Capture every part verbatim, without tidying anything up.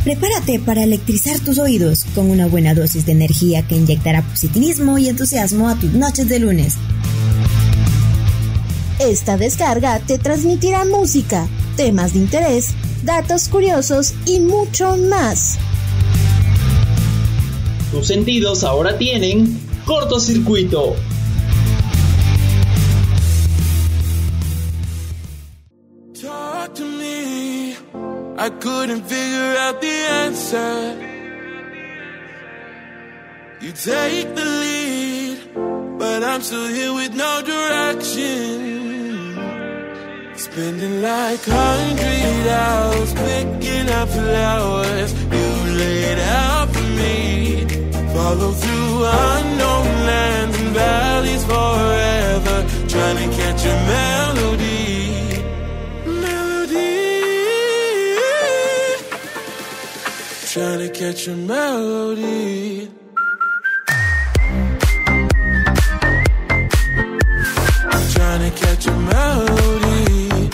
Prepárate para electrizar tus oídos con una buena dosis de energía que inyectará positivismo y entusiasmo a tus noches de lunes. Esta descarga te transmitirá música, temas de interés, datos curiosos y mucho más. Tus sentidos ahora tienen cortocircuito. Talk to me. I couldn't figure out the answer. You take the lead, but I'm still here with no direction. Spending like hundred hours picking up flowers you laid out for me. Follow through unknown lands and valleys forever, trying to catch a melody. Melody. Trying to catch a melody. Trying to catch a melody.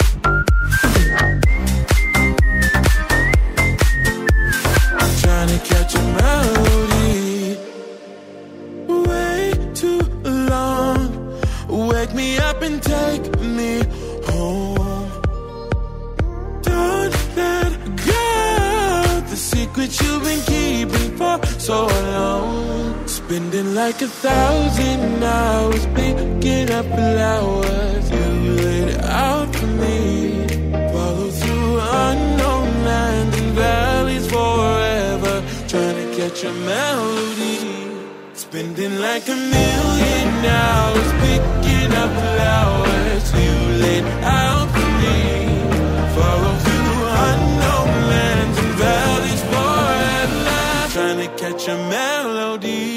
Trying to catch a melody. Way too long. Wake me up and take me home. Don't let go. The secret you've been keeping for so long. Spending like a thousand hours picking up flowers you laid out for me. Follow through unknown lands and valleys forever, trying to catch a melody. Spending like a million hours picking up flowers you laid out for me. Follow through unknown lands and valleys forever, trying to catch a melody.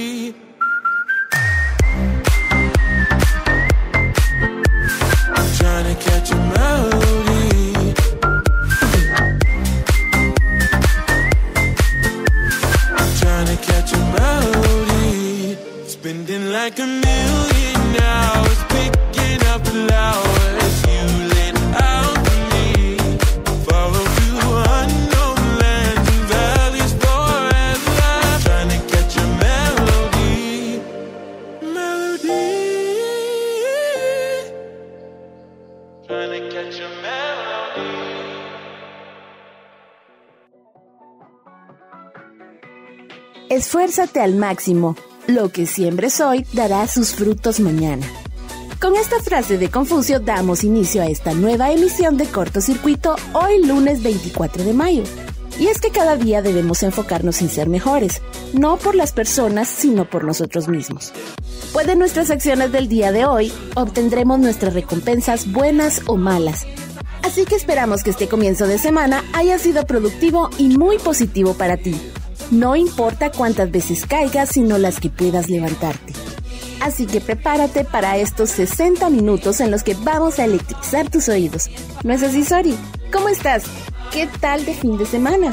Trying to catch a melody. Trying to catch a melody. Spending like a million hours picking up flowers you laid out for me. Follow through unknown lands and valleys forever. Trying to catch a melody. Melody. Trying to catch a melody. Esfuérzate al máximo. Lo que siembres hoy dará sus frutos mañana. Con esta frase de Confucio damos inicio a esta nueva emisión de Cortocircuito hoy lunes veinticuatro de mayo. Y es que cada día debemos enfocarnos en ser mejores, no por las personas, sino por nosotros mismos. Pues de nuestras acciones del día de hoy obtendremos nuestras recompensas buenas o malas. Así que esperamos que este comienzo de semana haya sido productivo y muy positivo para ti. No importa cuántas veces caigas, sino las que puedas levantarte. Así que prepárate para estos sesenta minutos en los que vamos a electrizar tus oídos. ¿No es así, Sori? ¿Cómo estás? ¿Qué tal de fin de semana?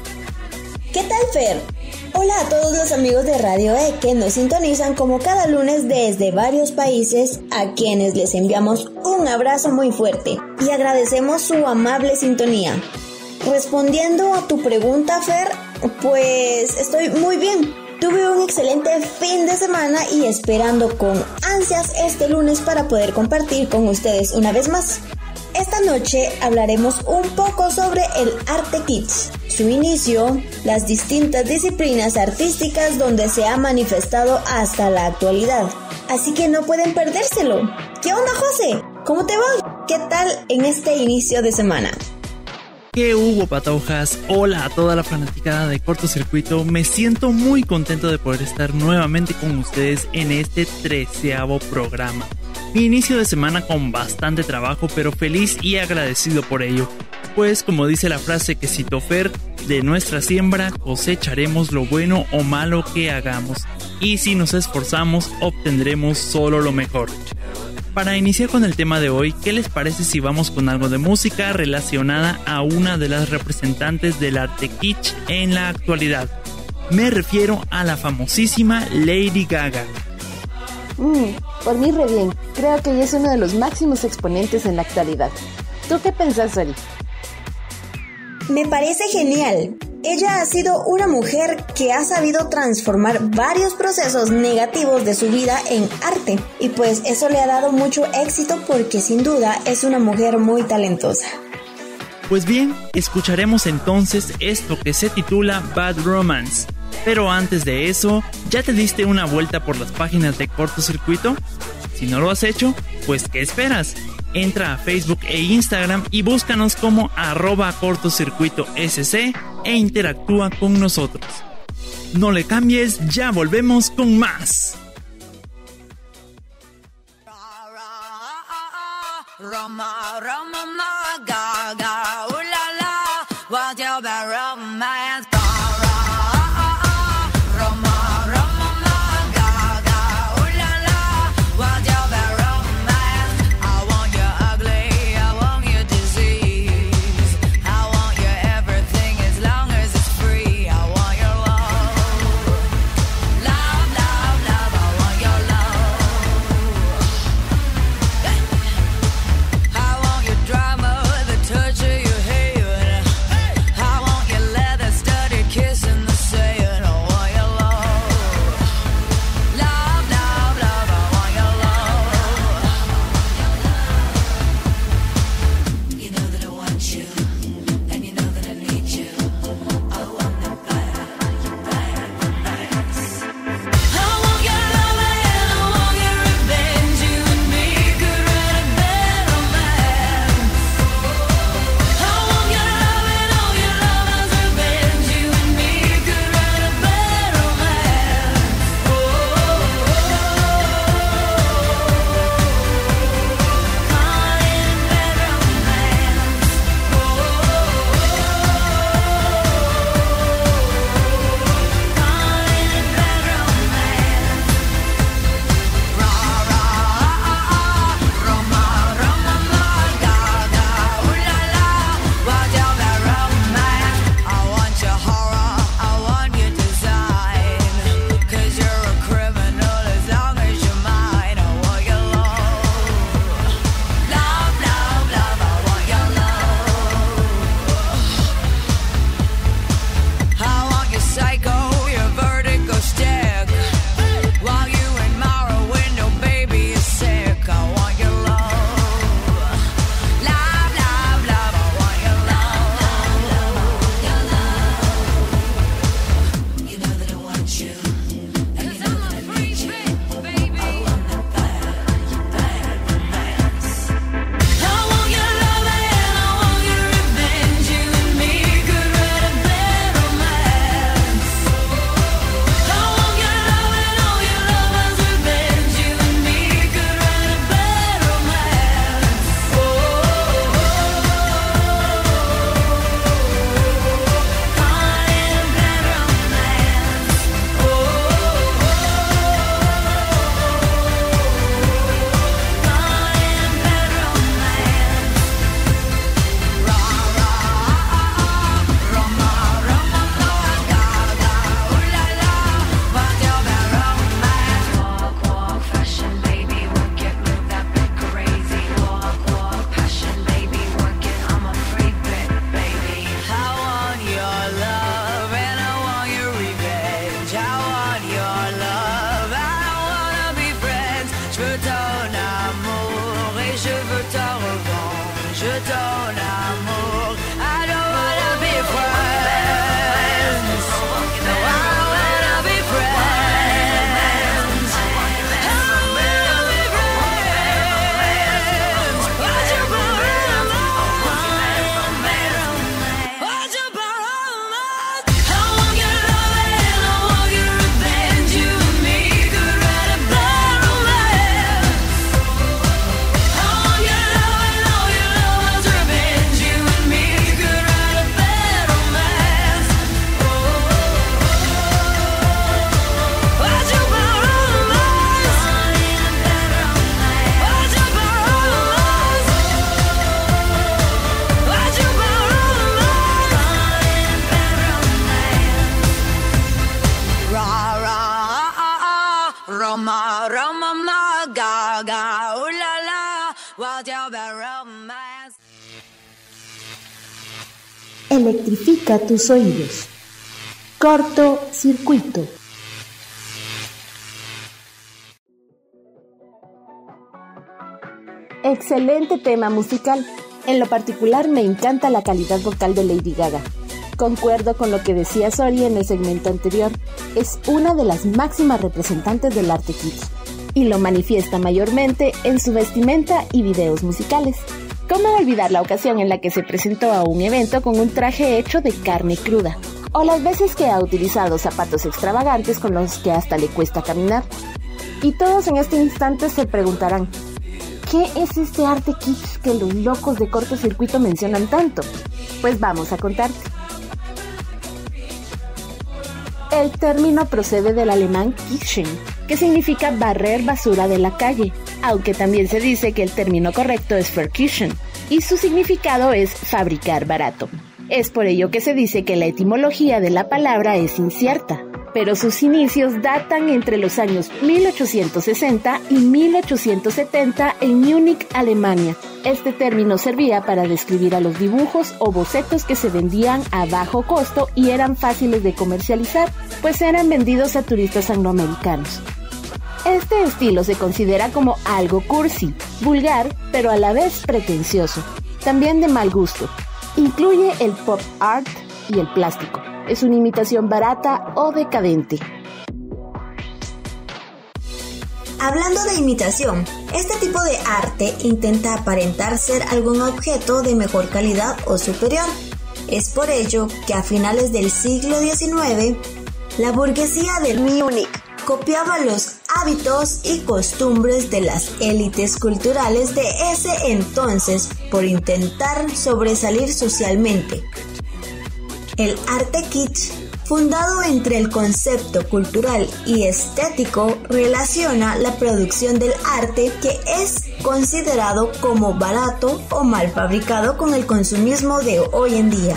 ¿Qué tal, Fer? Hola a todos los amigos de Radio E que nos sintonizan como cada lunes desde varios países, a quienes les enviamos un abrazo muy fuerte y agradecemos su amable sintonía. Respondiendo a tu pregunta, Fer, pues estoy muy bien. Tuve un excelente fin de semana y esperando con ansias este lunes para poder compartir con ustedes una vez más. Esta noche hablaremos un poco sobre el Arte Kitsch, su inicio, las distintas disciplinas artísticas donde se ha manifestado hasta la actualidad. Así que no pueden perdérselo. ¿Qué onda, José? ¿Cómo te va? ¿Qué tal en este inicio de semana? ¿Qué hubo, patojas? Hola a toda la fanaticada de Cortocircuito. Me siento muy contento de poder estar nuevamente con ustedes en este treceavo programa. Mi inicio de semana con bastante trabajo, pero feliz y agradecido por ello. Pues como dice la frase que citó Fer, de nuestra siembra cosecharemos lo bueno o malo que hagamos. Y si nos esforzamos, obtendremos solo lo mejor. Para iniciar con el tema de hoy, ¿qué les parece si vamos con algo de música relacionada a una de las representantes del arte kitsch en la actualidad? Me refiero a la famosísima Lady Gaga. Mm, por mí re bien, creo que ella es uno de los máximos exponentes en la actualidad. ¿Tú qué pensás, Sori? Me parece genial. Ella ha sido una mujer que ha sabido transformar varios procesos negativos de su vida en arte, y pues eso le ha dado mucho éxito porque sin duda es una mujer muy talentosa. Pues bien, escucharemos entonces esto que se titula Bad Romance. Pero antes de eso, ¿ya te diste una vuelta por las páginas de Cortocircuito? Si no lo has hecho, pues ¿qué esperas? Entra a Facebook e Instagram y búscanos como arroba cortocircuito sc e interactúa con nosotros. No le cambies, ya volvemos con más. Roma, Roma, ma, ga, ga, ooh la la, what's your bad romance? Electrifica tus oídos. Cortocircuito. Excelente tema musical. En lo particular me encanta la calidad vocal de Lady Gaga. Concuerdo con lo que decía Sori en el segmento anterior. Es una de las máximas representantes del arte kitsch y lo manifiesta mayormente en su vestimenta y videos musicales. ¿Cómo olvidar la ocasión en la que se presentó a un evento con un traje hecho de carne cruda? O las veces que ha utilizado zapatos extravagantes con los que hasta le cuesta caminar. Y todos en este instante se preguntarán, ¿qué es este arte kitsch que los locos de Cortocircuito mencionan tanto? Pues vamos a contarte. El término procede del alemán kitschen, que significa barrer basura de la calle, aunque también se dice que el término correcto es verkitchen, y su significado es fabricar barato. Es por ello que se dice que la etimología de la palabra es incierta, pero sus inicios datan entre los años mil ochocientos sesenta y mil ochocientos setenta en Múnich, Alemania. Este término servía para describir a los dibujos o bocetos que se vendían a bajo costo y eran fáciles de comercializar, pues eran vendidos a turistas angloamericanos. Este estilo se considera como algo cursi, vulgar, pero a la vez pretencioso, también de mal gusto. Incluye el pop art y el plástico. Es una imitación barata o decadente. Hablando de imitación, este tipo de arte intenta aparentar ser algún objeto de mejor calidad o superior. Es por ello que a finales del siglo diecinueve, la burguesía de Múnich copiaba los hábitos y costumbres de las élites culturales de ese entonces por intentar sobresalir socialmente. El arte kitsch, fundado entre el concepto cultural y estético, relaciona la producción del arte que es considerado como barato o mal fabricado con el consumismo de hoy en día.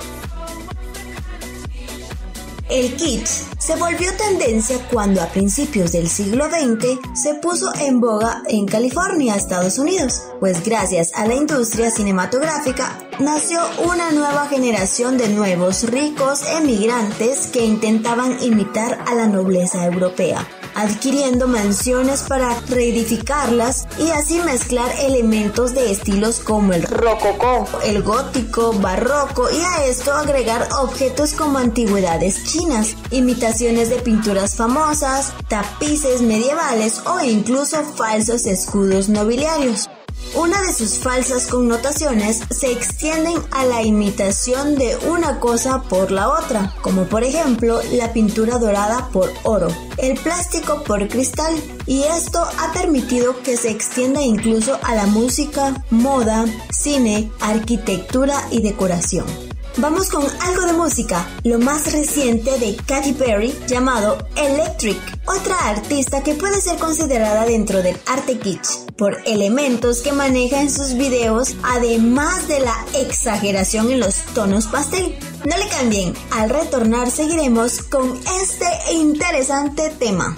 El kitsch se volvió tendencia cuando a principios del siglo veinte se puso en boga en California, Estados Unidos, pues gracias a la industria cinematográfica nació una nueva generación de nuevos ricos emigrantes que intentaban imitar a la nobleza europea, adquiriendo mansiones para reedificarlas y así mezclar elementos de estilos como el rococó, el gótico, barroco y a esto agregar objetos como antigüedades chinas, imitaciones de pinturas famosas, tapices medievales o incluso falsos escudos nobiliarios. Una de sus falsas connotaciones se extienden a la imitación de una cosa por la otra, como por ejemplo la pintura dorada por oro, el plástico por cristal, y esto ha permitido que se extienda incluso a la música, moda, cine, arquitectura y decoración. Vamos con algo de música, lo más reciente de Katy Perry llamado Electric, otra artista que puede ser considerada dentro del arte kitsch por elementos que maneja en sus videos, además de la exageración en los tonos pastel. No le cambien, al retornar seguiremos con este interesante tema.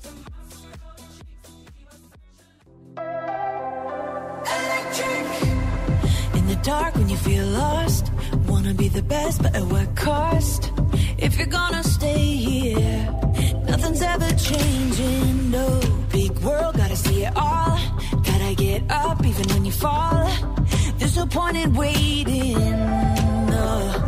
In the dark when you feel lost, wanna be the best but at what cost? If you're gonna stay here, nothing's ever changing, no. Big world, gotta see it all, gotta get up even when you fall. There's no point in waiting, no.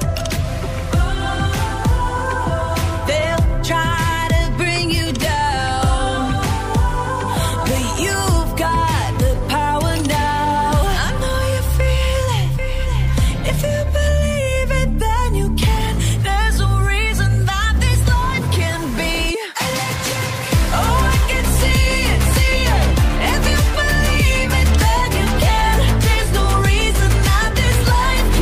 They'll try to bring you down, but you've got the power now. I know you feel it, if you believe it then you can. There's no reason that this life can be electric. Oh, I can see it, see it. If you believe it then you can. There's no reason that this life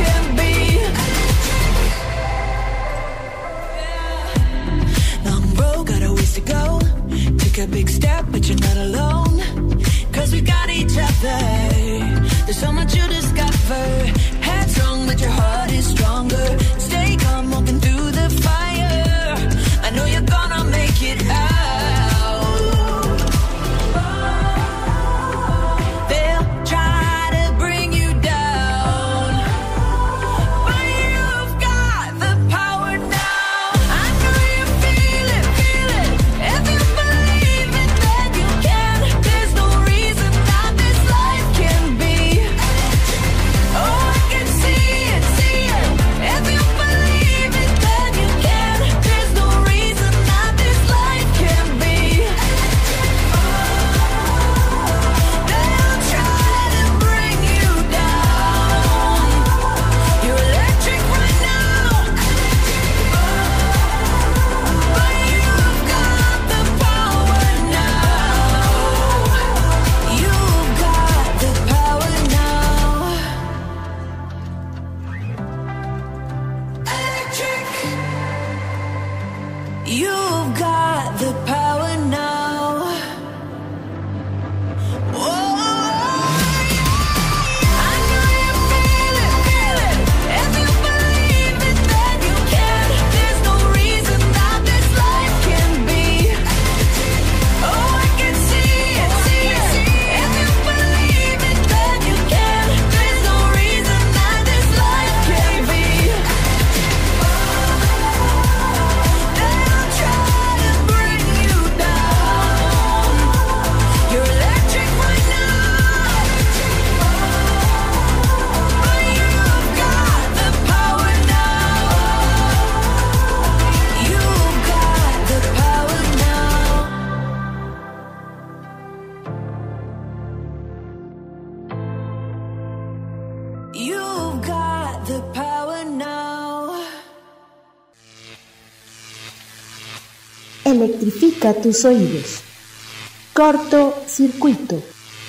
electrifica tus oídos. Cortocircuito.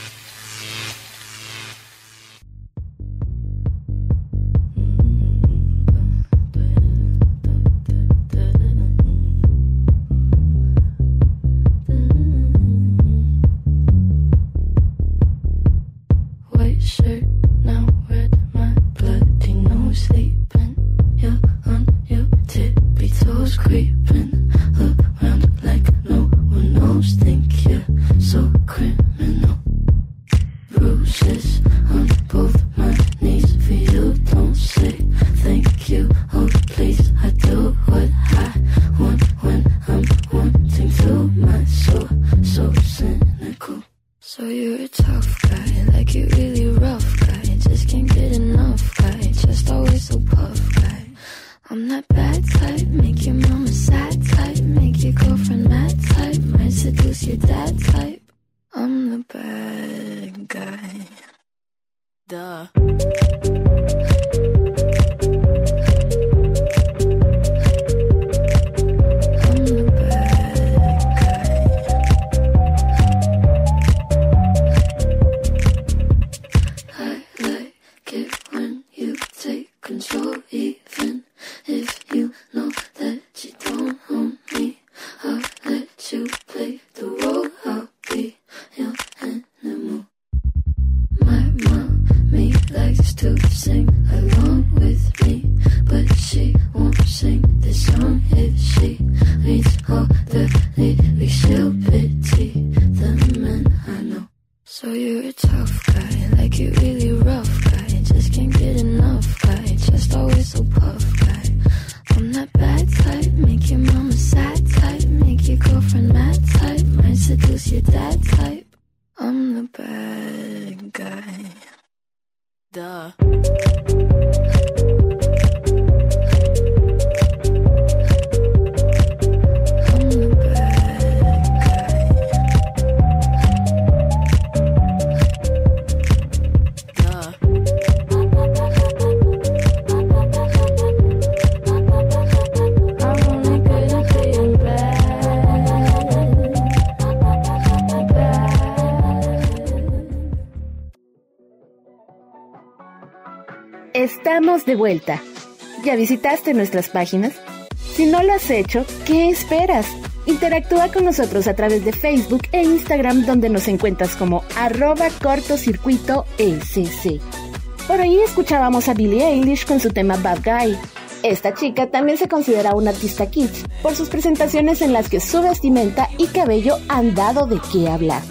Estamos de vuelta. ¿Ya visitaste nuestras páginas? Si no lo has hecho, ¿qué esperas? Interactúa con nosotros a través de Facebook e Instagram, donde nos encuentras como arroba cortocircuito sc. Por ahí escuchábamos a Billie Eilish con su tema Bad Guy. Esta chica también se considera una artista kitsch por sus presentaciones en las que su vestimenta y cabello han dado de qué hablar.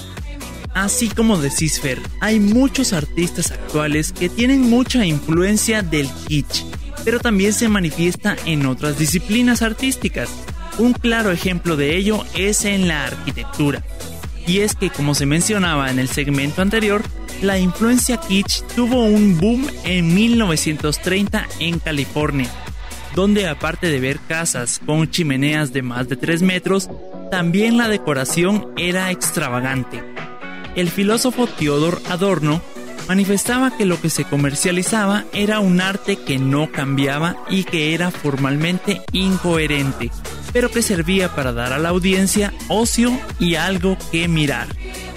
Así como decís, Fer, hay muchos artistas actuales que tienen mucha influencia del kitsch, pero también se manifiesta en otras disciplinas artísticas. Un claro ejemplo de ello es en la arquitectura. Y es que, como se mencionaba en el segmento anterior, la influencia kitsch tuvo un boom en mil novecientos treinta en California, donde aparte de ver casas con chimeneas de más de tres metros, también la decoración era extravagante. El filósofo Theodor Adorno manifestaba que lo que se comercializaba era un arte que no cambiaba y que era formalmente incoherente, pero que servía para dar a la audiencia ocio y algo que mirar.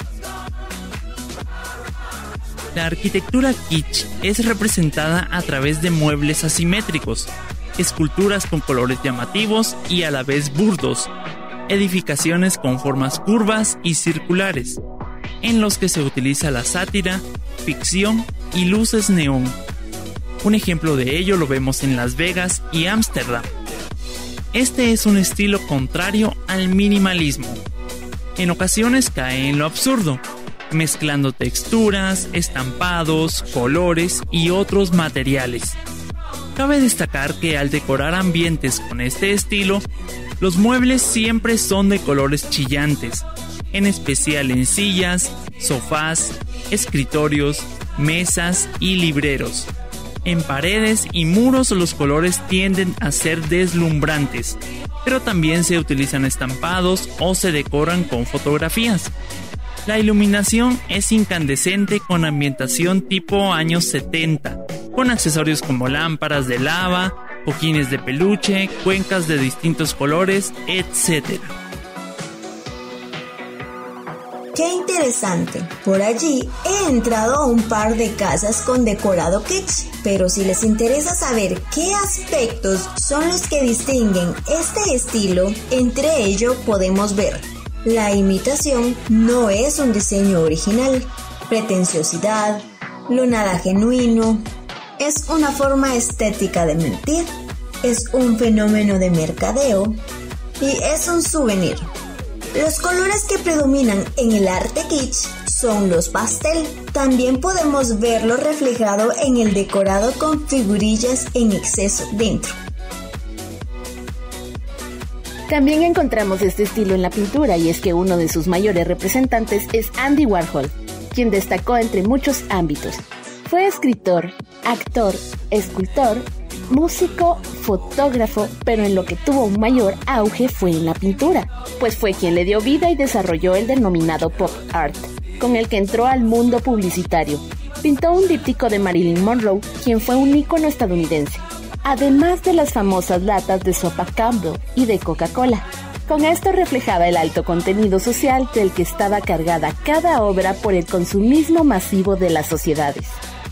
La arquitectura kitsch es representada a través de muebles asimétricos, esculturas con colores llamativos y a la vez burdos, edificaciones con formas curvas y circulares, en los que se utiliza la sátira, ficción y luces neón. Un ejemplo de ello lo vemos en Las Vegas y Ámsterdam. Este es un estilo contrario al minimalismo. En ocasiones cae en lo absurdo, mezclando texturas, estampados, colores y otros materiales. Cabe destacar que al decorar ambientes con este estilo, los muebles siempre son de colores chillantes, en especial en sillas, sofás, escritorios, mesas y libreros. En paredes y muros los colores tienden a ser deslumbrantes, pero también se utilizan estampados o se decoran con fotografías. La iluminación es incandescente con ambientación tipo años setenta, con accesorios como lámparas de lava, cojines de peluche, cuencas de distintos colores, etcétera. ¡Qué interesante! Por allí he entrado a un par de casas con decorado kitsch, pero si les interesa saber qué aspectos son los que distinguen este estilo, entre ello podemos ver: la imitación no es un diseño original, pretenciosidad, lo nada genuino, es una forma estética de mentir, es un fenómeno de mercadeo y es un souvenir. Los colores que predominan en el arte kitsch son los pastel. También podemos verlo reflejado en el decorado con figurillas en exceso dentro. También encontramos este estilo en la pintura, y es que uno de sus mayores representantes es Andy Warhol, quien destacó entre muchos ámbitos. Fue escritor, actor, escultor, músico, fotógrafo, pero en lo que tuvo un mayor auge fue en la pintura, pues fue quien le dio vida y desarrolló el denominado pop art, con el que entró al mundo publicitario. Pintó un díptico de Marilyn Monroe, quien fue un ícono estadounidense, además de las famosas latas de sopa Campbell y de Coca-Cola. Con esto reflejaba el alto contenido social del que estaba cargada cada obra por el consumismo masivo de las sociedades.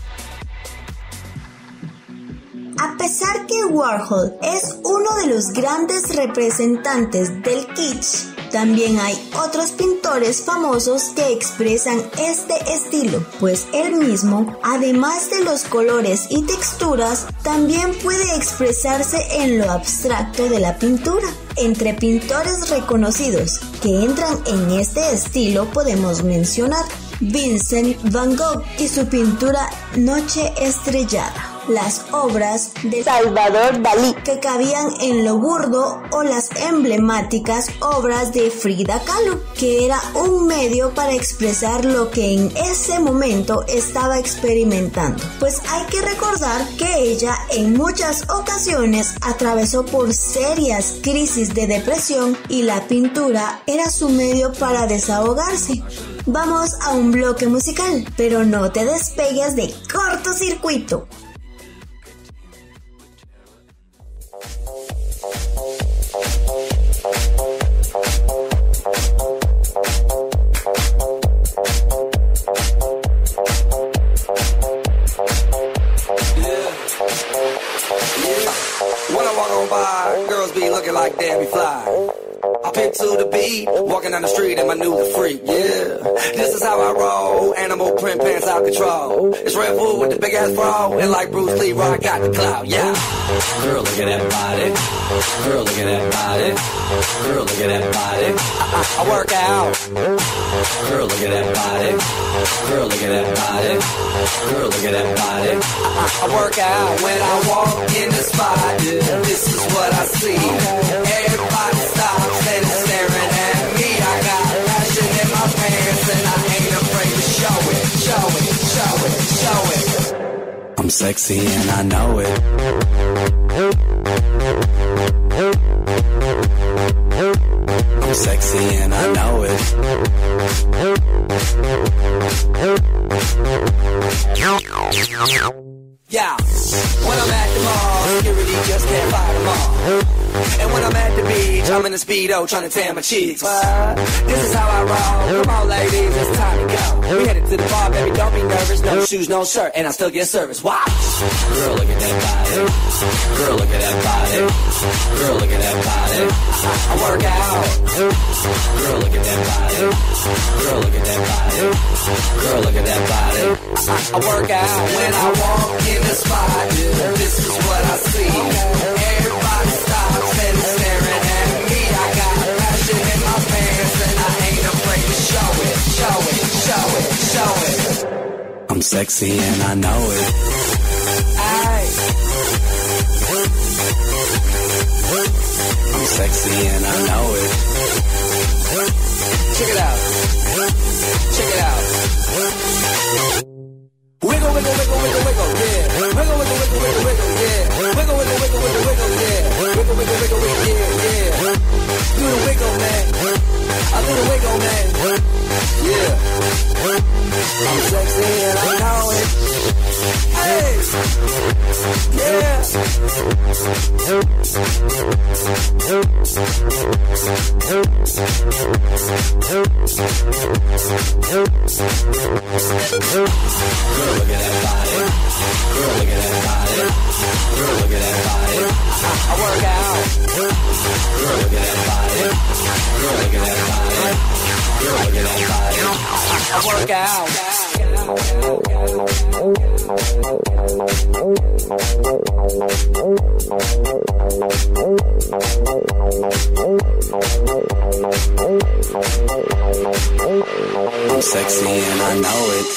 A pesar que Warhol es uno de los grandes representantes del kitsch, también hay otros pintores famosos que expresan este estilo, pues él mismo, además de los colores y texturas, también puede expresarse en lo abstracto de la pintura. Entre pintores reconocidos que entran en este estilo podemos mencionar Vincent Van Gogh y su pintura Noche Estrellada, las obras de Salvador Dalí que cabían en lo burdo, o las emblemáticas obras de Frida Kahlo, que era un medio para expresar lo que en ese momento estaba experimentando, pues hay que recordar que ella en muchas ocasiones atravesó por serias crisis de depresión y la pintura era su medio para desahogarse. Vamos a un bloque musical, pero no te despegues de Cortocircuito. When I walk on by, girls be looking like Debbie Fly. I pick to the beat, walking down the street and my new the freak, yeah. This is how I roll, animal print pants out control. It's Red Bull with the big ass bra, and like Bruce Lee, I got the clout, yeah. Girl, look at that body. Girl, look at that body. Girl, look at that body. I, I, I work out. Girl, look at that body. Girl, look at that body. Girl, look at that body. I, I, I work out when I walk in the spot. This is what I see. Everybody stops and is staring at me. I got passion in my pants and I ain't afraid to show it, show it, show it, show it. I'm sexy and I know it. I'm sexy and I know it. Yeah, when I'm at the mall, security just can't fight them all. And when I'm at the beach, I'm in a Speedo trying to tan my cheeks. What? This is how I roll. Come on, ladies, it's time to go. We headed to the bar, baby, don't be nervous. No shoes, no shirt, and I still get service. Watch. Girl, look at that body. Girl, look at that body. Girl, look at that body. I, I work out. Girl, look at that body. Girl, look at that body. Girl, look at that body. I, I work out when I walk in the spot. This is what I see. Everybody stops and is staring at me. I got passion in my pants and I ain't afraid to show it, show it, show it, show it. I'm sexy and I know it. Aye. I'm sexy and I know it. Check it out. Check it out. Wiggle, wiggle, wiggle, wiggle, wiggle, yeah. Wiggle, wiggle, wiggle, wiggle, wiggle, yeah. Wiggle, wiggle, wiggle, wiggle, wiggle, yeah. Wiggle, wiggle, wiggle, wiggle, yeah, yeah. Do the wiggle, man. I do the wiggle, man. Yeah. I'm sexy and I know it. Hey. look at that body. Girl, look at that body. Girl, look at that body. I, I work out. Girl, look at that body. Girl, look at that body. Girl, look at that body. I, I work out. I'm sexy and I know it.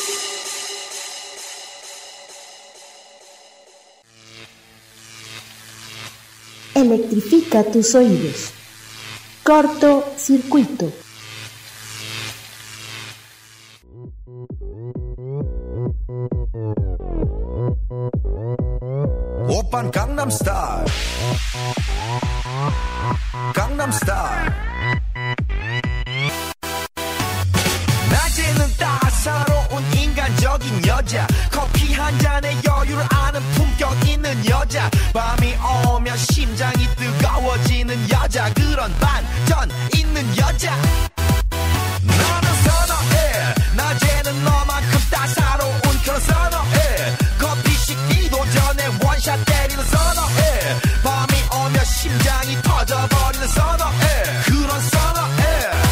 Electrifica tus oídos. Corto circuito. 오빤 강남스타일 강남스타일 낮에는 따사로운 인간적인 여자 커피 한 잔에 여유를 아는 품격 있는 여자 밤이 오면 심장이 뜨거워지는 여자 그런 반전 있는 여자 너는 선호해 낮에는 너만큼 따사로운 그런 선호해 커피 식기도 전에 원샷 때리는 선호해 밤이 오면 심장이 터져버리는 선호해 그런 선호해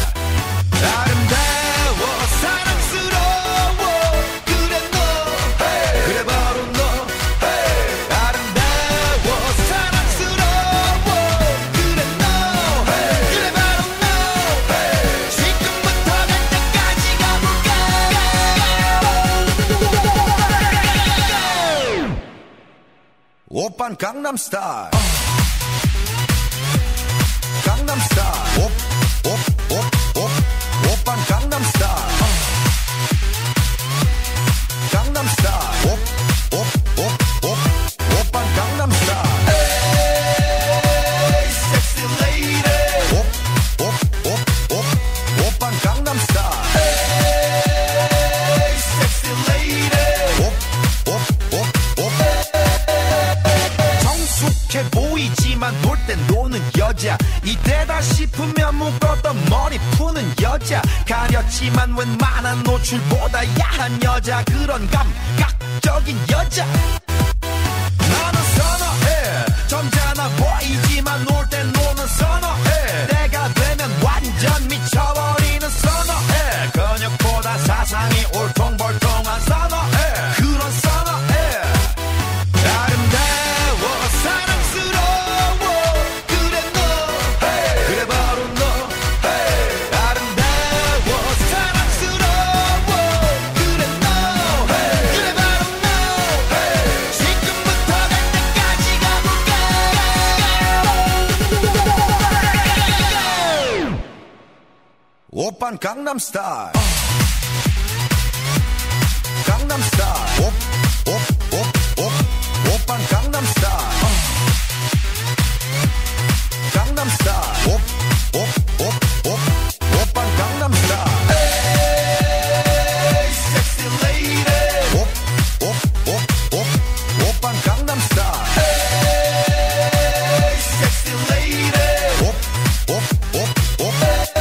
아름다워 사랑스러워 그래 너 hey. 그래 바로 너 hey. 아름다워 사랑스러워 그래 너 hey. 그래 바로 너 hey. 지금부터 갈 때까지 가볼까 오빤 강남스타일 강남스타일 옵옵옵옵 오빤 강남스타일 강남스타일 옵옵옵옵 오빤 강남스타일 에이 섹시 레이디 옵옵옵옵 오빤 강남스타일 에이 섹시 레이디 옵옵옵옵 성숙해 보이지만 놀 땐 노는 여자 이때다 싶으면 묶었던 머리 푸는 여자 가렸지만 웬만한 노출보다 야한 여자 그런 감각적인 여자 나는 선호해 점잖아 보이지만 놀 땐 노는 선호해 때가 되면 완전 미쳐버리는 선호해 근육보다 사상이 울퉁불퉁한 선호해 그런 선호해 아름다워 사랑스러워 그래 너 hey. 그래 바로 너 hey. 아름다워 사랑스러워 그래 너 hey. 그래 바로 너 hey. 지금부터 갈 때까지 가볼까 오빤 강남스타일 강남스타일 옵옵옵옵 오빤 강남스타일 강남스타일 옵옵옵옵 오빤 강남스타일 에이 섹시 레이디 옵옵옵옵 오빤 강남스타일 에이 섹시 레이디 옵옵옵옵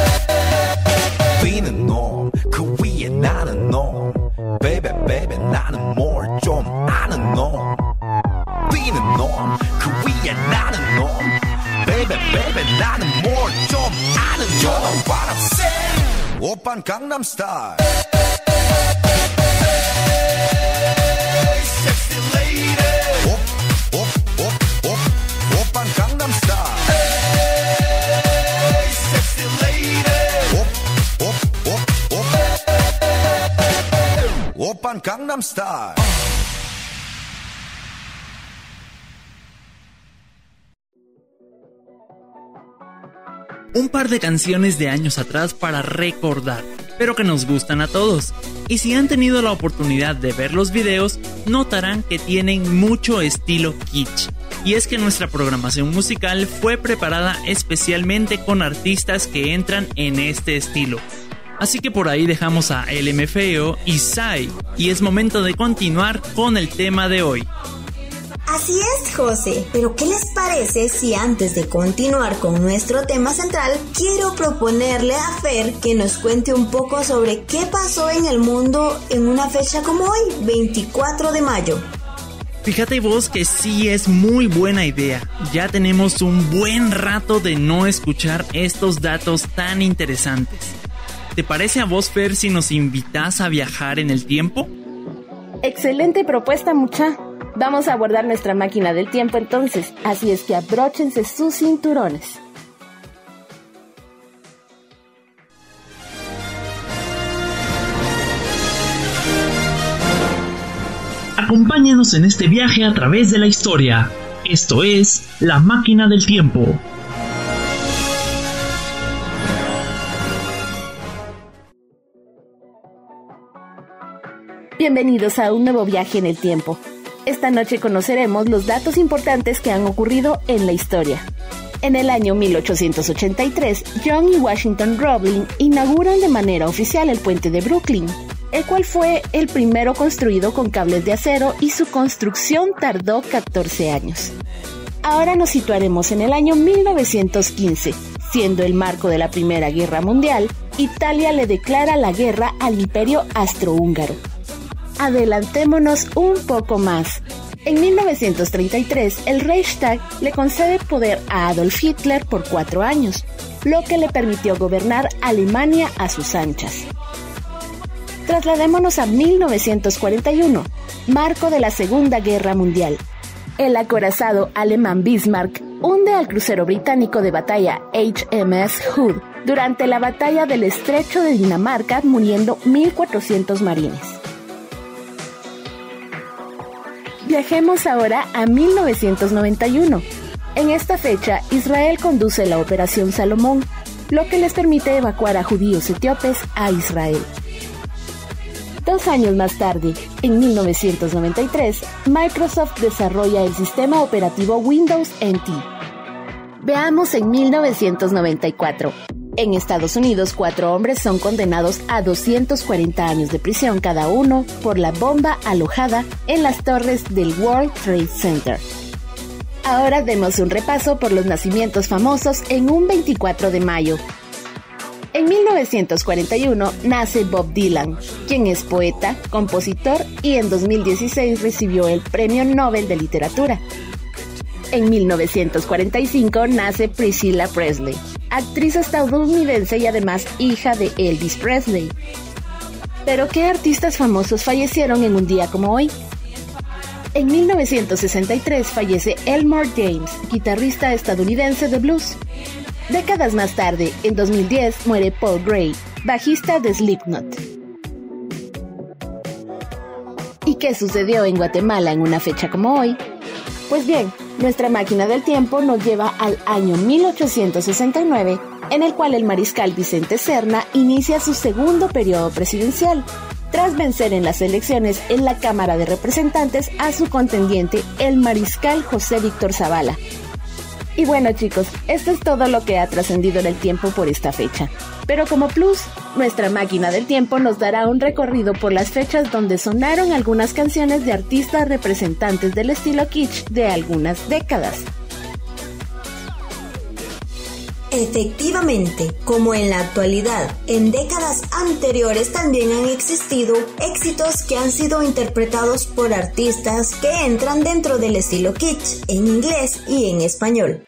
비는 놈 그 위에 나는 놈 베이베 베이베 나는 뭘 좀 아는 놈 비는 놈 그 위에 나는 놈 베이베 베이베 나는 뭘 좀 아는 놈 You know what I'm saying 오빤 강남스타일 에이 섹시 레이디 옵옵옵옵 오빤 강남스타일 에이 섹시 레이디 옵옵옵옵 오빤 강남스타일 Un par de canciones de años atrás para recordar, pero que nos gustan a todos. Y si han tenido la oportunidad de ver los videos, notarán que tienen mucho estilo kitsch. Y es que nuestra programación musical fue preparada especialmente con artistas que entran en este estilo. Así que por ahí dejamos a L M F A O y Psy, y es momento de continuar con el tema de hoy. Así es, José, pero ¿qué les parece si antes de continuar con nuestro tema central, quiero proponerle a Fer que nos cuente un poco sobre qué pasó en el mundo en una fecha como hoy, veinticuatro de mayo? Fíjate vos que sí es muy buena idea. Ya tenemos un buen rato de no escuchar estos datos tan interesantes. ¿Te parece a vos, Fer, si nos invitas a viajar en el tiempo? Excelente propuesta, mucha. Vamos a abordar nuestra máquina del tiempo entonces, así es que abróchense sus cinturones. Acompáñanos en este viaje a través de la historia. Esto es La Máquina del Tiempo. Bienvenidos a un nuevo viaje en el tiempo. Esta noche conoceremos los datos importantes que han ocurrido en la historia. En el año mil ochocientos ochenta y tres, John y Washington Roebling inauguran de manera oficial el puente de Brooklyn, el cual fue el primero construido con cables de acero y su construcción tardó catorce años. Ahora nos situaremos en el año mil novecientos quince, siendo el marco de la Primera Guerra Mundial, Italia le declara la guerra al Imperio Austrohúngaro. Adelantémonos un poco más. En mil novecientos treinta y tres, el Reichstag le concede poder a Adolf Hitler por cuatro años, lo que le permitió gobernar Alemania a sus anchas. Trasladémonos a mil novecientos cuarenta y uno, marco de la Segunda Guerra Mundial. El acorazado alemán Bismarck hunde al crucero británico de batalla H M S Hood durante la batalla del Estrecho de Dinamarca, muriendo mil cuatrocientos marines. Viajemos ahora a mil novecientos noventa y uno. En esta fecha, Israel conduce la Operación Salomón, lo que les permite evacuar a judíos etíopes a Israel. Dos años más tarde, en mil novecientos noventa y tres, Microsoft desarrolla el sistema operativo Windows N T. Veamos en mil novecientos noventa y cuatro. En Estados Unidos, cuatro hombres son condenados a doscientos cuarenta años de prisión cada uno por la bomba alojada en las torres del World Trade Center. Ahora demos un repaso por los nacimientos famosos en un veinticuatro de mayo. En mil novecientos cuarenta y uno nace Bob Dylan, quien es poeta, compositor y en dos mil dieciséis recibió el Premio Nobel de Literatura. En mil novecientos cuarenta y cinco nace Priscilla Presley, actriz estadounidense y además hija de Elvis Presley. ¿Pero qué artistas famosos fallecieron en un día como hoy? En mil novecientos sesenta y tres fallece Elmore James, guitarrista estadounidense de blues. Décadas más tarde, en dos mil diez, muere Paul Gray, bajista de Slipknot. ¿Y qué sucedió en Guatemala en una fecha como hoy? Pues bien, nuestra máquina del tiempo nos lleva al año mil ochocientos sesenta y nueve, en el cual el mariscal Vicente Serna inicia su segundo periodo presidencial, tras vencer en las elecciones en la Cámara de Representantes a su contendiente, el mariscal José Víctor Zavala. Y bueno, chicos, esto es todo lo que ha trascendido en el tiempo por esta fecha. Pero como plus, nuestra máquina del tiempo nos dará un recorrido por las fechas donde sonaron algunas canciones de artistas representantes del estilo kitsch de algunas décadas. Efectivamente, como en la actualidad, en décadas anteriores también han existido éxitos que han sido interpretados por artistas que entran dentro del estilo kitsch, en inglés y en español.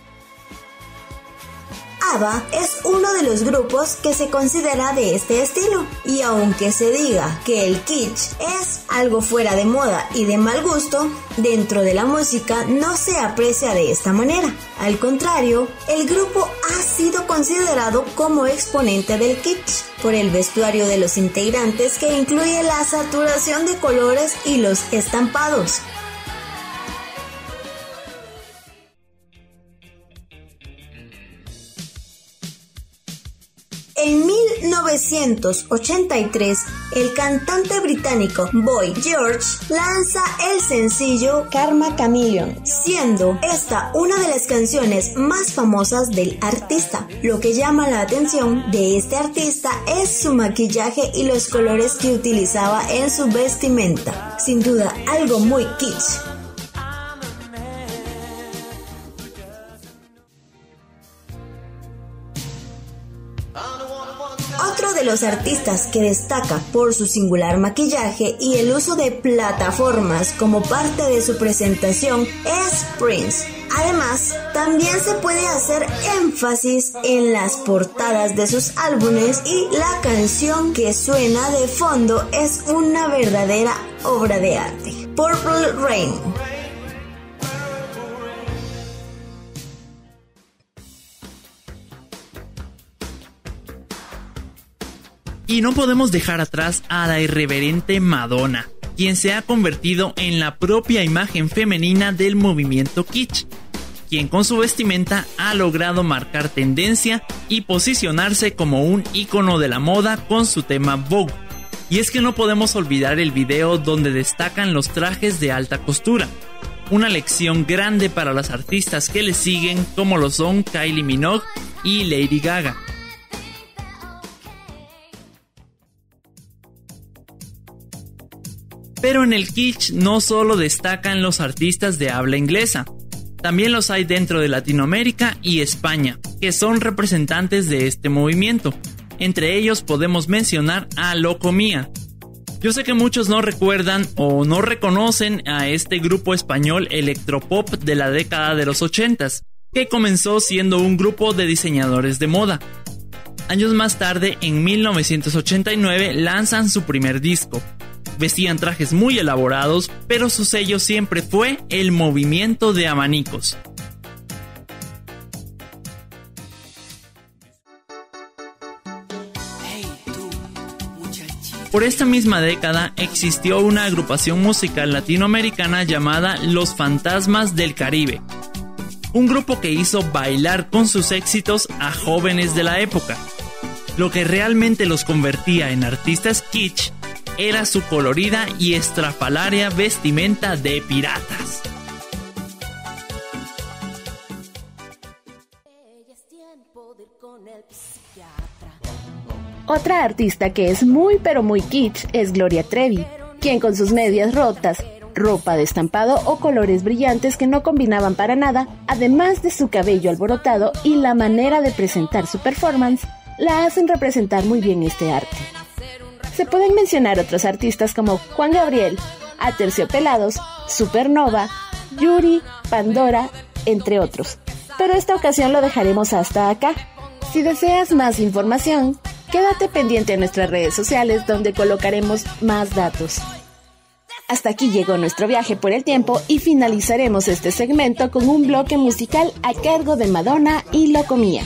ABBA es uno de los grupos que se considera de este estilo, y aunque se diga que el kitsch es algo fuera de moda y de mal gusto, dentro de la música no se aprecia de esta manera. Al contrario, el grupo ha sido considerado como exponente del kitsch por el vestuario de los integrantes, que incluye la saturación de colores y los estampados. En mil novecientos ochenta y tres, el cantante británico Boy George lanza el sencillo Karma Chameleon, siendo esta una de las canciones más famosas del artista. Lo que llama la atención de este artista es su maquillaje y los colores que utilizaba en su vestimenta. Sin duda, algo muy kitsch. Otro de los artistas que destaca por su singular maquillaje y el uso de plataformas como parte de su presentación es Prince. Además, también se puede hacer énfasis en las portadas de sus álbumes y la canción que suena de fondo es una verdadera obra de arte. Purple Rain. Y no podemos dejar atrás a la irreverente Madonna, quien se ha convertido en la propia imagen femenina del movimiento kitsch, quien con su vestimenta ha logrado marcar tendencia y posicionarse como un ícono de la moda con su tema Vogue. Y es que no podemos olvidar el video donde destacan los trajes de alta costura, una lección grande para las artistas que le siguen como lo son Kylie Minogue y Lady Gaga. Pero en el kitsch no solo destacan los artistas de habla inglesa, también los hay dentro de Latinoamérica y España, que son representantes de este movimiento. Entre ellos podemos mencionar a Locomía. Yo sé que muchos no recuerdan o no reconocen a este grupo español electropop de la década de los ochentas, que comenzó siendo un grupo de diseñadores de moda. Años más tarde, en mil novecientos ochenta y nueve, lanzan su primer disco. Vestían trajes muy elaborados, pero su sello siempre fue el movimiento de abanicos. Por esta misma década existió una agrupación musical latinoamericana llamada Los Fantasmas del Caribe, un grupo que hizo bailar con sus éxitos a jóvenes de la época. Lo que realmente los convertía en artistas kitsch era su colorida y estrafalaria vestimenta de piratas. Otra artista que es muy pero muy kitsch es Gloria Trevi, quien con sus medias rotas, ropa de estampado o colores brillantes que no combinaban para nada, además de su cabello alborotado y la manera de presentar su performance, la hacen representar muy bien este arte. Se pueden mencionar otros artistas como Juan Gabriel, Aterciopelados, Supernova, Yuri, Pandora, entre otros. Pero esta ocasión lo dejaremos hasta acá. Si deseas más información, quédate pendiente en nuestras redes sociales donde colocaremos más datos. Hasta aquí llegó nuestro viaje por el tiempo y finalizaremos este segmento con un bloque musical a cargo de Madonna y Locomía.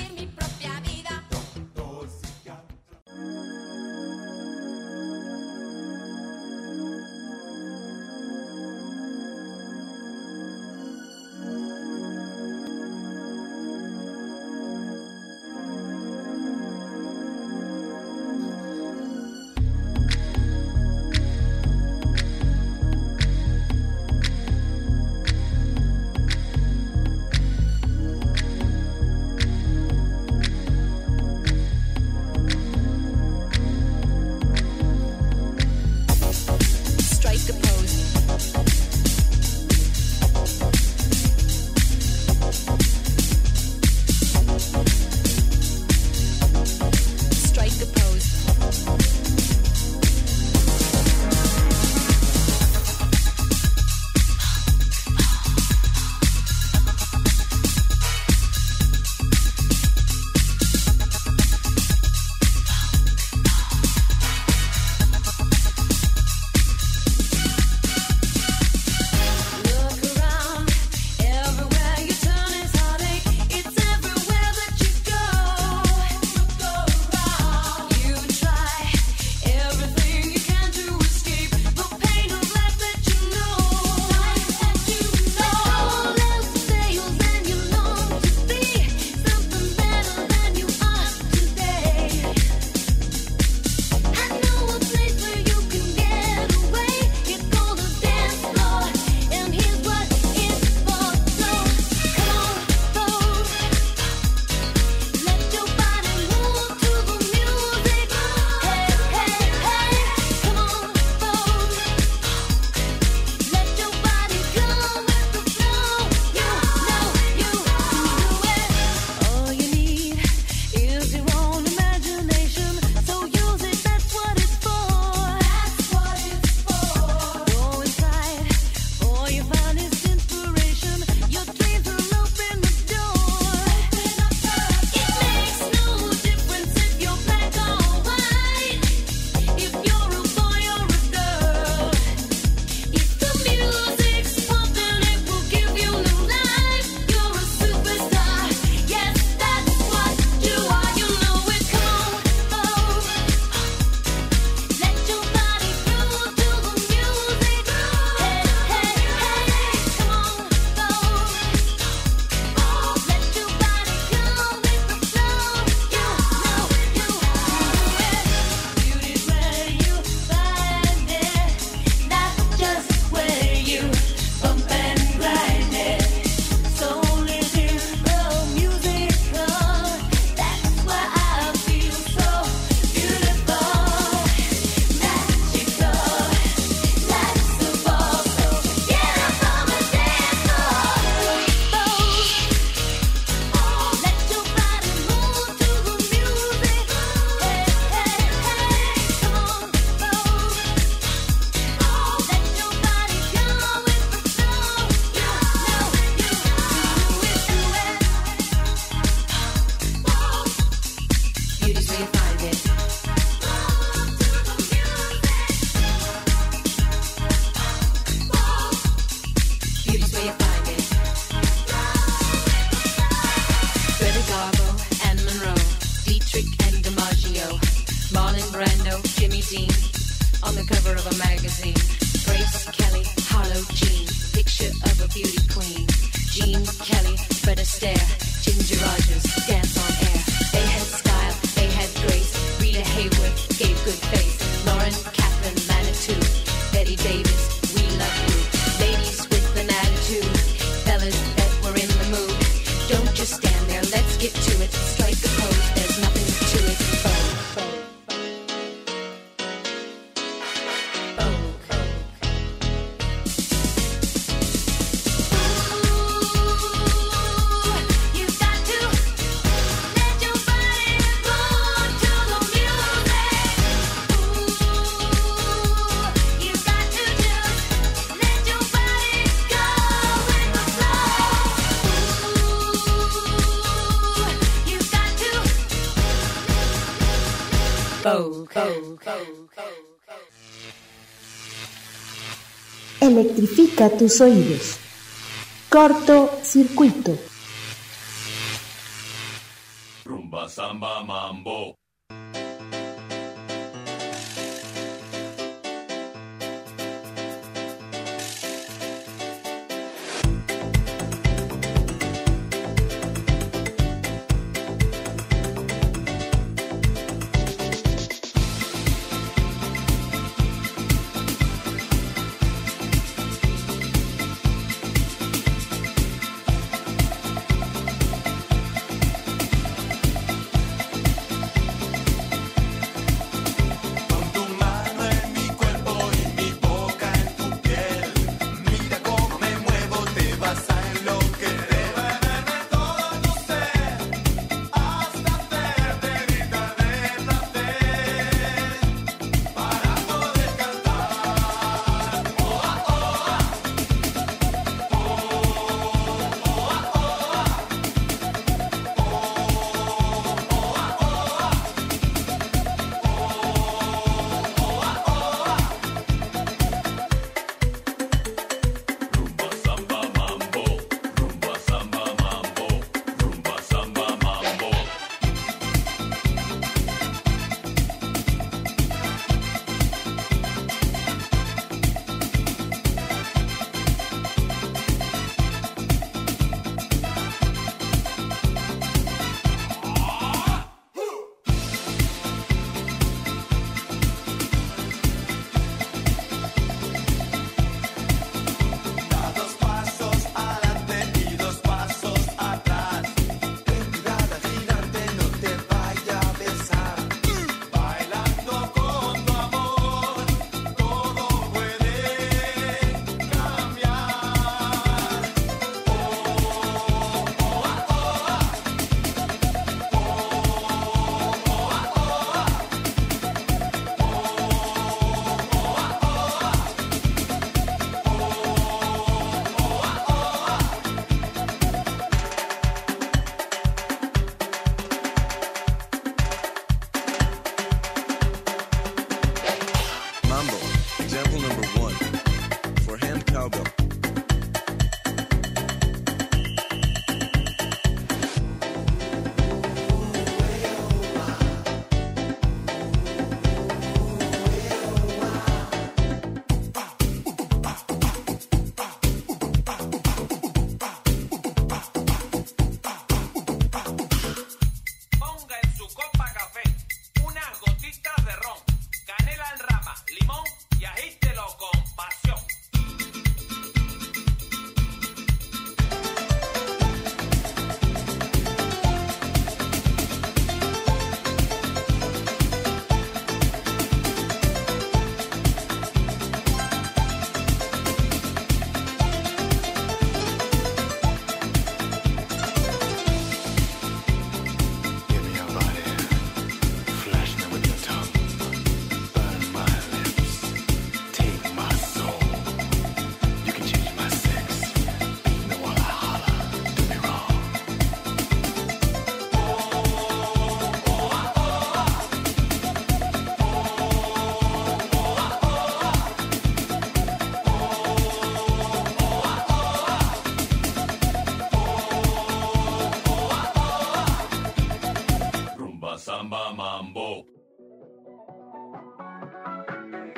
Dean on the cover of a magazine. Grace Kelly, Harlow Jean, picture of a beauty queen. Jean Kelly, Fred Astaire, Ginger Rogers, dance on air. They had style, they had grace. Rita Hayworth gave good face. Lauren Catherine Manitou, Betty Davis, we love you. Ladies with an attitude, fellas that were in the mood. Don't just stand there, let's get to it. Strike a pose, there's nothing to it. Vogue, vogue. Electrifica tus oídos. Corto circuito. Rumba, samba, mambo.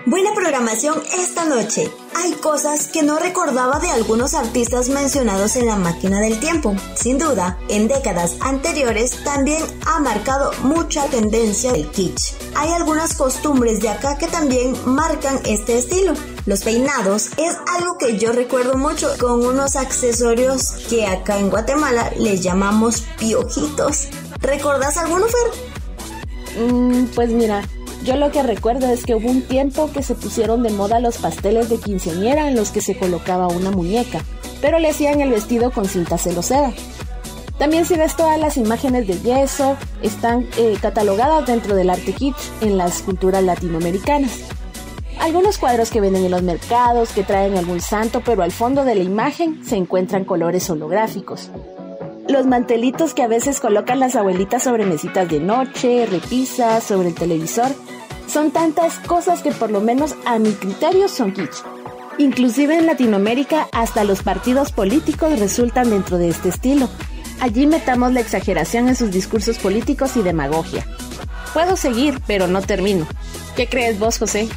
Buena programación esta noche. Hay cosas que no recordaba de algunos artistas mencionados en La Máquina del Tiempo. Sin duda, en décadas anteriores también ha marcado mucha tendencia el kitsch. Hay algunas costumbres de acá que también marcan este estilo. Los peinados es algo que yo recuerdo mucho, con unos accesorios que acá en Guatemala les llamamos piojitos. ¿Recordás alguno, Fer? Mm, pues mira, yo lo que recuerdo es que hubo un tiempo que se pusieron de moda los pasteles de quinceañera en los que se colocaba una muñeca, pero le hacían el vestido con cinta celoseda. También, si ves, todas las imágenes de yeso están eh, catalogadas dentro del arte kitsch en las culturas latinoamericanas. Algunos cuadros que venden en los mercados que traen algún santo, pero al fondo de la imagen se encuentran colores holográficos. Los mantelitos que a veces colocan las abuelitas sobre mesitas de noche, repisas, sobre el televisor, son tantas cosas que por lo menos a mi criterio son kitsch. Inclusive en Latinoamérica hasta los partidos políticos resultan dentro de este estilo. Allí metamos la exageración en sus discursos políticos y demagogia. Puedo seguir, pero no termino. ¿Qué crees vos, José?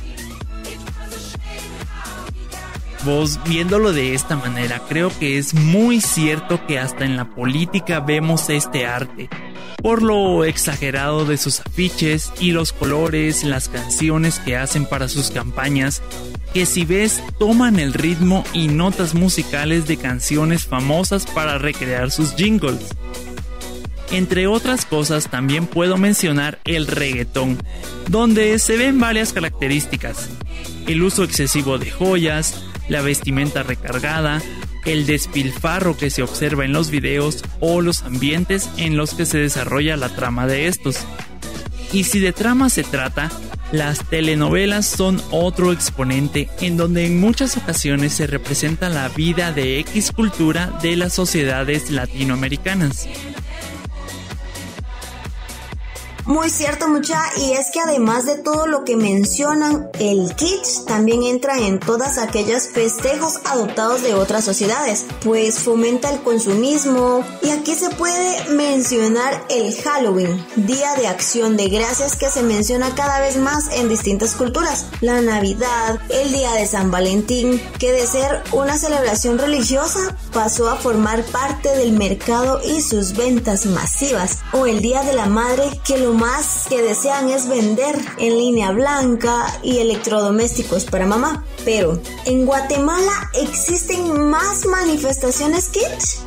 Vos, viéndolo de esta manera, creo que es muy cierto que hasta en la política vemos este arte, por lo exagerado de sus afiches y los colores, las canciones que hacen para sus campañas, que si ves toman el ritmo y notas musicales de canciones famosas para recrear sus jingles. Entre otras cosas, también puedo mencionar el reggaetón, donde se ven varias características: el uso excesivo de joyas, la vestimenta recargada, el despilfarro que se observa en los videos o los ambientes en los que se desarrolla la trama de estos. Y si de trama se trata, las telenovelas son otro exponente en donde en muchas ocasiones se representa la vida de X cultura de las sociedades latinoamericanas. Muy cierto, mucha, y es que además de todo lo que mencionan, el kitsch también entra en todas aquellas festejos adoptados de otras sociedades, pues fomenta el consumismo, y aquí se puede mencionar el Halloween, Día de Acción de Gracias, que se menciona cada vez más en distintas culturas, la Navidad, el Día de San Valentín, que de ser una celebración religiosa pasó a formar parte del mercado y sus ventas masivas, o el Día de la Madre, que lo más que desean es vender en línea blanca y electrodomésticos para mamá. Pero, ¿en Guatemala existen más manifestaciones kitsch?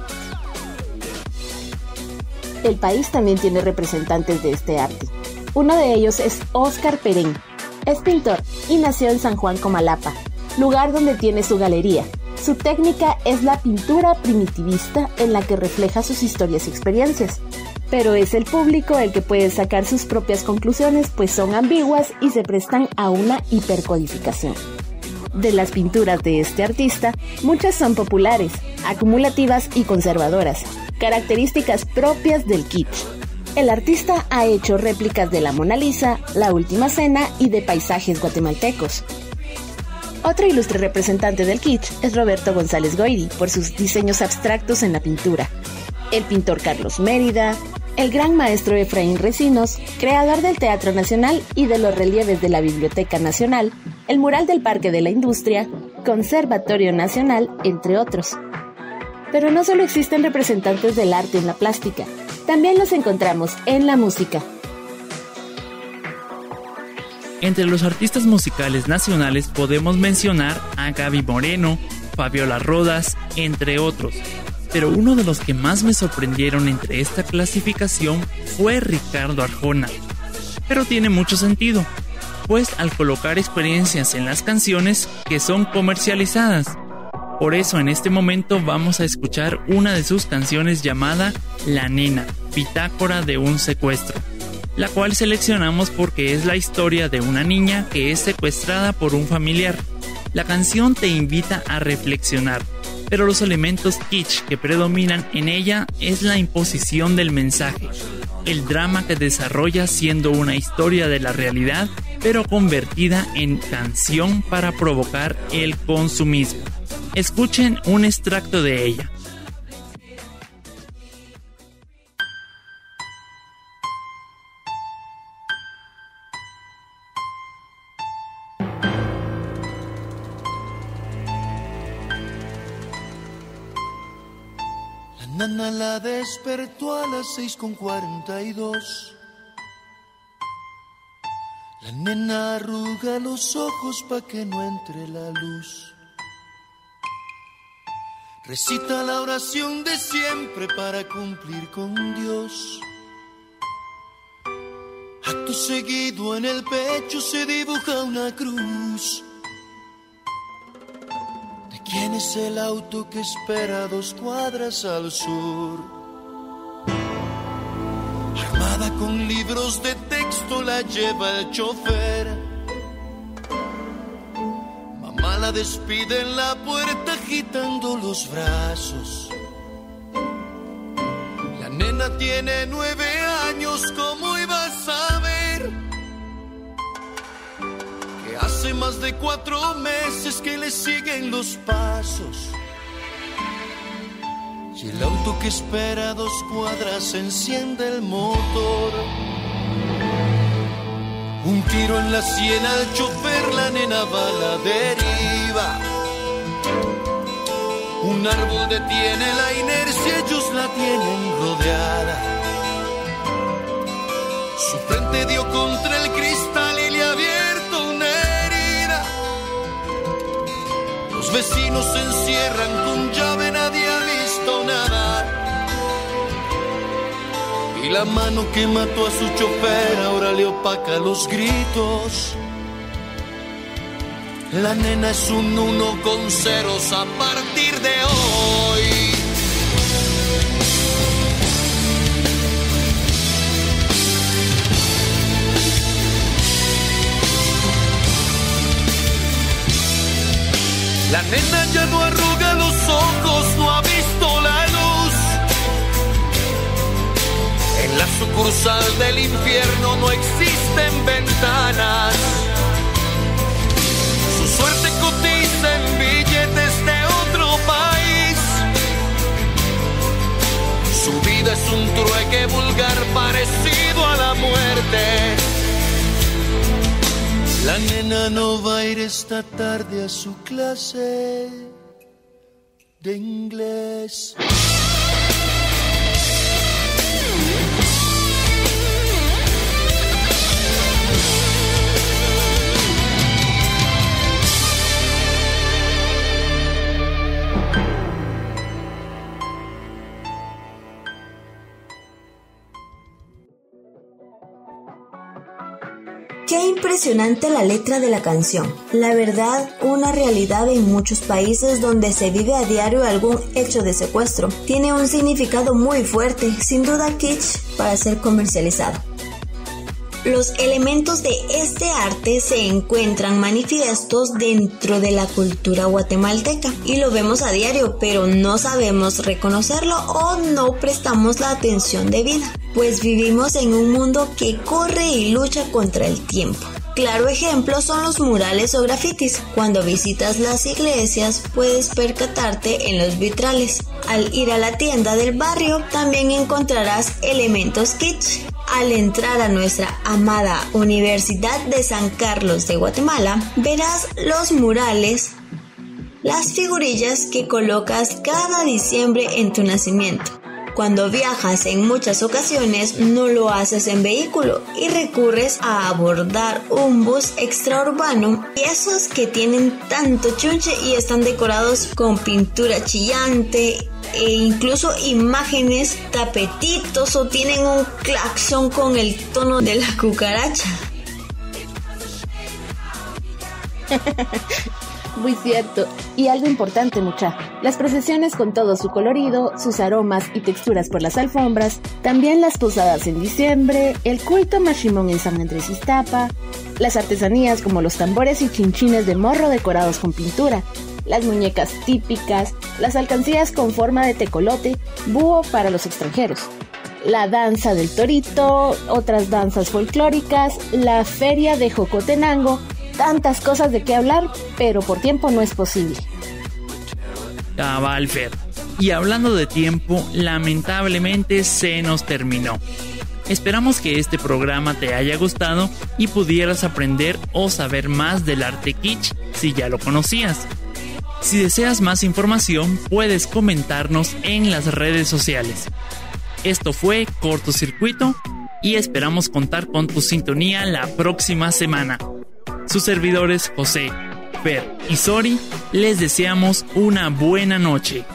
El país también tiene representantes de este arte. Uno de ellos es Óscar Perén. Es pintor y nació en San Juan Comalapa, lugar donde tiene su galería. Su técnica es la pintura primitivista, en la que refleja sus historias y experiencias. Pero es el público el que puede sacar sus propias conclusiones, pues son ambiguas y se prestan a una hipercodificación. De las pinturas de este artista, muchas son populares, acumulativas y conservadoras, características propias del kitsch. El artista ha hecho réplicas de la Mona Lisa, la Última Cena y de paisajes guatemaltecos. Otro ilustre representante del kitsch es Roberto González Goyri, por sus diseños abstractos en la pintura. El pintor Carlos Mérida, el gran maestro Efraín Recinos, creador del Teatro Nacional y de los relieves de la Biblioteca Nacional, el mural del Parque de la Industria, Conservatorio Nacional, entre otros. Pero no solo existen representantes del arte en la plástica, también los encontramos en la música. Entre los artistas musicales nacionales podemos mencionar a Gaby Moreno, Fabiola Rodas, entre otros. Pero uno de los que más me sorprendieron entre esta clasificación fue Ricardo Arjona. Pero tiene mucho sentido, pues al colocar experiencias en las canciones que son comercializadas. Por eso en este momento vamos a escuchar una de sus canciones llamada La Nena, bitácora de un secuestro, la cual seleccionamos porque es la historia de una niña que es secuestrada por un familiar. La canción te invita a reflexionar, pero los elementos kitsch que predominan en ella es la imposición del mensaje, el drama que desarrolla siendo una historia de la realidad, pero convertida en canción para provocar el consumismo. Escuchen un extracto de ella. La nana la despertó a las seis con cuarenta y dos. La nena arruga los ojos pa' que no entre la luz. Recita la oración de siempre para cumplir con Dios. Acto seguido en el pecho se dibuja una cruz. ¿De quién es el auto que espera dos cuadras al sur? Armada con libros de texto la lleva el chofer. Mamá la despide en la puerta agitando los brazos. La nena tiene nueve años, ¿cómo iba a saber? Que hace más de cuatro meses que le siguen los pasos. Y el auto que espera a dos cuadras enciende el motor. Un tiro en la sien al chofer, la nena va a la deriva. Un árbol detiene la inercia, ellos la tienen rodeada. Su frente dio contra el cristal y le ha abierto una herida. Los vecinos se encierran con llave, nadie ha visto nada. Y la mano que mató a su chofer ahora le opaca los gritos. La nena es un uno con ceros a partir de hoy. La nena ya no arruga los ojos, no ha visto la luz. En la sucursal del infierno no existen ventanas. Su suerte cotiza en billetes de otro país. Su vida es un trueque vulgar parecido a la muerte. La nena no va a ir esta tarde a su clase de inglés. Qué impresionante la letra de la canción. La verdad, una realidad en muchos países donde se vive a diario algún hecho de secuestro. Tiene un significado muy fuerte, sin duda kitsch, para ser comercializado. Los elementos de este arte se encuentran manifiestos dentro de la cultura guatemalteca y lo vemos a diario, pero no sabemos reconocerlo o no prestamos la atención debida, pues vivimos en un mundo que corre y lucha contra el tiempo. Claro ejemplo son los murales o grafitis. Cuando visitas las iglesias puedes percatarte en los vitrales. Al ir a la tienda del barrio también encontrarás elementos kitsch. Al entrar a nuestra amada Universidad de San Carlos de Guatemala, verás los murales, las figurillas que colocas cada diciembre en tu nacimiento. Cuando viajas en muchas ocasiones no lo haces en vehículo y recurres a abordar un bus extraurbano, y esos que tienen tanto chunche y están decorados con pintura chillante e incluso imágenes, tapetitos o tienen un claxon con el tono de la cucaracha. Muy cierto. Y algo importante, mucha. Las procesiones con todo su colorido, sus aromas y texturas por las alfombras, también las posadas en diciembre, el culto mashimón en San Andrés Iztapa, las artesanías como los tambores y chinchines de morro decorados con pintura, las muñecas típicas, las alcancías con forma de tecolote, búho para los extranjeros, la danza del torito, otras danzas folclóricas, la feria de Jocotenango. Tantas cosas de qué hablar, pero por tiempo no es posible. Cabal, Fer. Y hablando de tiempo, lamentablemente se nos terminó. Esperamos que este programa te haya gustado y pudieras aprender o saber más del arte kitsch si ya lo conocías. Si deseas más información, puedes comentarnos en las redes sociales. Esto fue Cortocircuito y esperamos contar con tu sintonía la próxima semana. Sus servidores José, Fer y Sori les deseamos una buena noche.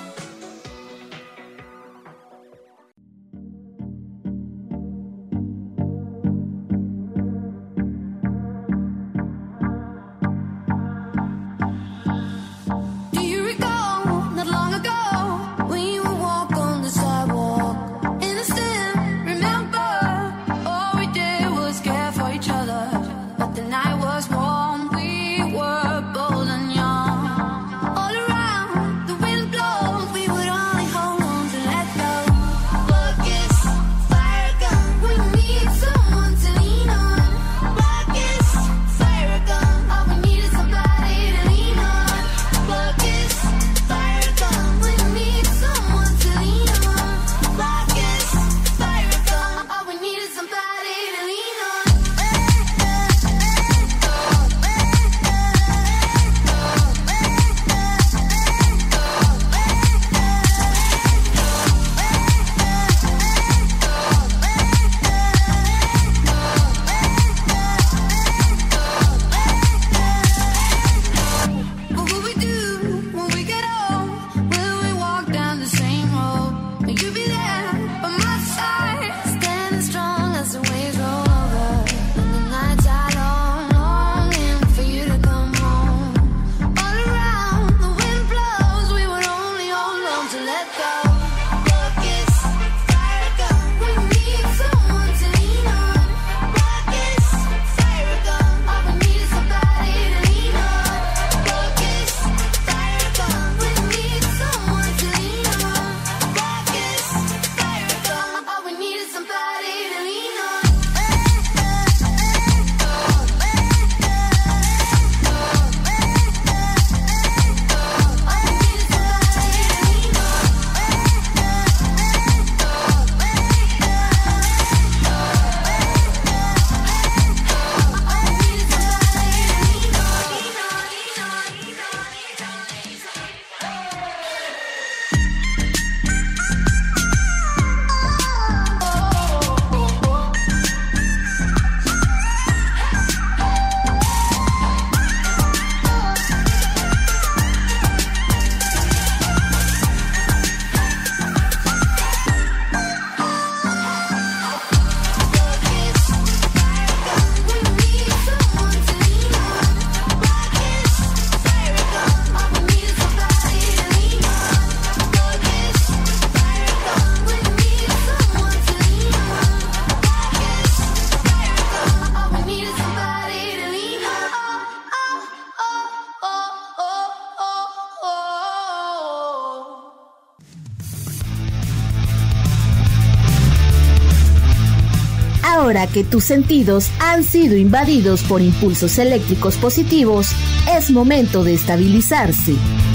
Ahora que tus sentidos han sido invadidos por impulsos eléctricos positivos, es momento de estabilizarse.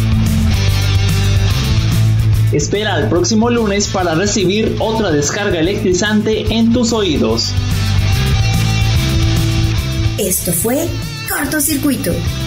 Espera al próximo lunes para recibir otra descarga electrizante en tus oídos. Esto fue Cortocircuito.